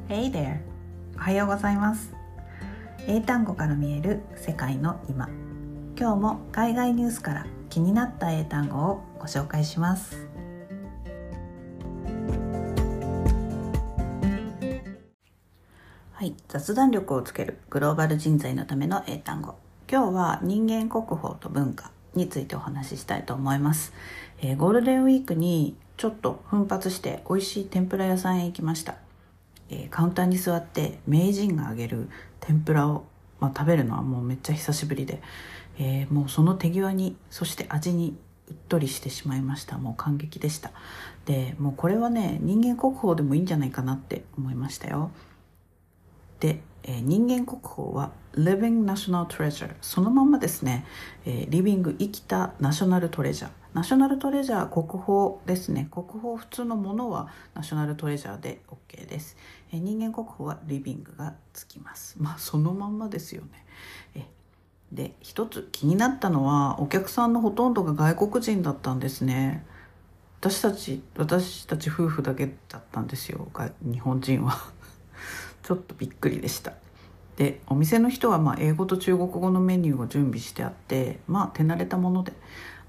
Hey there! おはようございます。英単語から見える世界の今。今日も海外ニュースから気になった英単語をご紹介します。はい、雑談力をつけるグローバル人材のための英単語。今日は人間国宝と文化についてお話ししたいと思います。ゴールデンウィークにちょっと奮発して美味しい天ぷら屋さんへ行きました。カウンターに座って名人が揚げる天ぷらを、食べるのはもうめっちゃ久しぶりで、もうその手際にそして味にうっとりしてしまいました。もう感激でした。でもうこれはね、人間国宝でもいいんじゃないかなって思いましたよ。で、人間国宝は Living National Treasure、 そのまんまですね、リビング、生きたナショナルトレジャー。ナショナルトレジャー、国宝ですね。国宝、普通のものはナショナルトレジャーで OK です。人間国宝はリビングがつきます。そのまんまですよね。で、一つ気になったのは、お客さんのほとんどが外国人だったんですね。私たち夫婦だけだったんですよ、日本人は。ちょっとびっくりでした。で、お店の人は英語と中国語のメニューを準備してあって、手慣れたもので、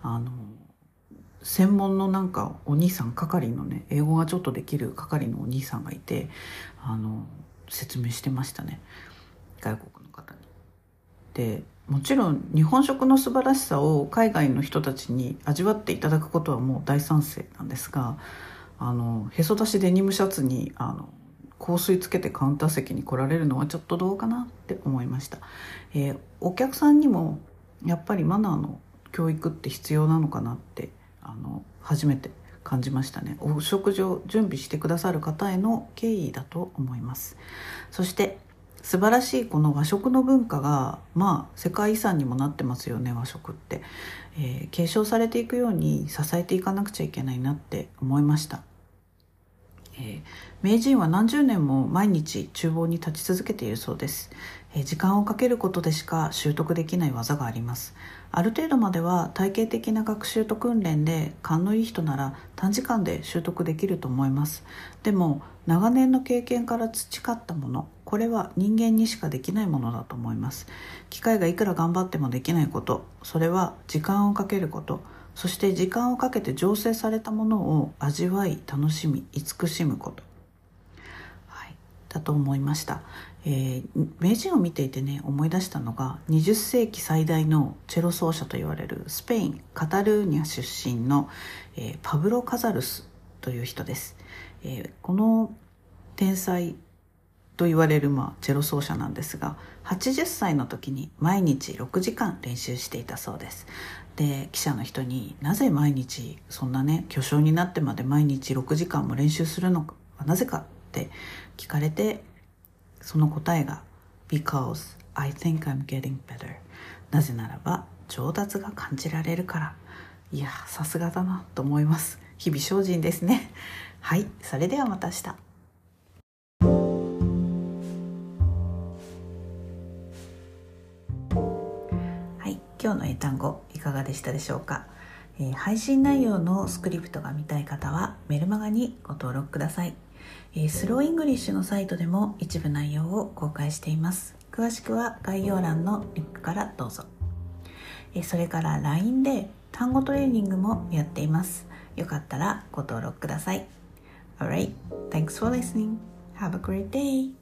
専門のお兄さん、係のね、英語がちょっとできる係のお兄さんがいて、説明してましたね、外国の方に。で、もちろん日本食の素晴らしさを海外の人たちに味わっていただくことはもう大賛成なんですが、へそ出しデニムシャツに香水つけてカウンター席に来られるのはちょっとどうかなって思いました。お客さんにもやっぱりマナーの教育って必要なのかなって初めて感じましたね。お食事を準備してくださる方への敬意だと思います。そして素晴らしいこの和食の文化が世界遺産にもなってますよね。和食って、継承されていくように支えていかなくちゃいけないなって思いました。名人は何十年も毎日厨房に立ち続けているそうです。時間をかけることでしか習得できない技があります。ある程度までは体系的な学習と訓練で勘のいい人なら短時間で習得できると思います。でも長年の経験から培ったもの、これは人間にしかできないものだと思います。機械がいくら頑張ってもできないこと、それは時間をかけること、そして時間をかけて醸成されたものを味わい、楽しみ、慈しむこと、だと思いました。名人を見ていてね、思い出したのが20世紀最大のチェロ奏者と言われるスペイン・カタルーニャ出身の、パブロ・カザルスという人です。この天才と言われるチェロ奏者なんですが、80歳の時に毎日6時間練習していたそうです。で、記者の人になぜ毎日そんなね、巨匠になってまで毎日6時間も練習するのか、なぜかって聞かれて、その答えが Because I think I'm getting better。 なぜならば上達が感じられるから。いや、さすがだなと思います。日々精進ですね。はい、それではまた明日。今日の英単語いかがでしたでしょうか。配信内容のスクリプトが見たい方はメルマガにご登録ください。スローイングリッシュのサイトでも一部内容を公開しています。詳しくは概要欄のリンクからどうぞ。それから LINE で単語トレーニングもやっています。よかったらご登録ください。Alright, thanks for listening. Have a great day.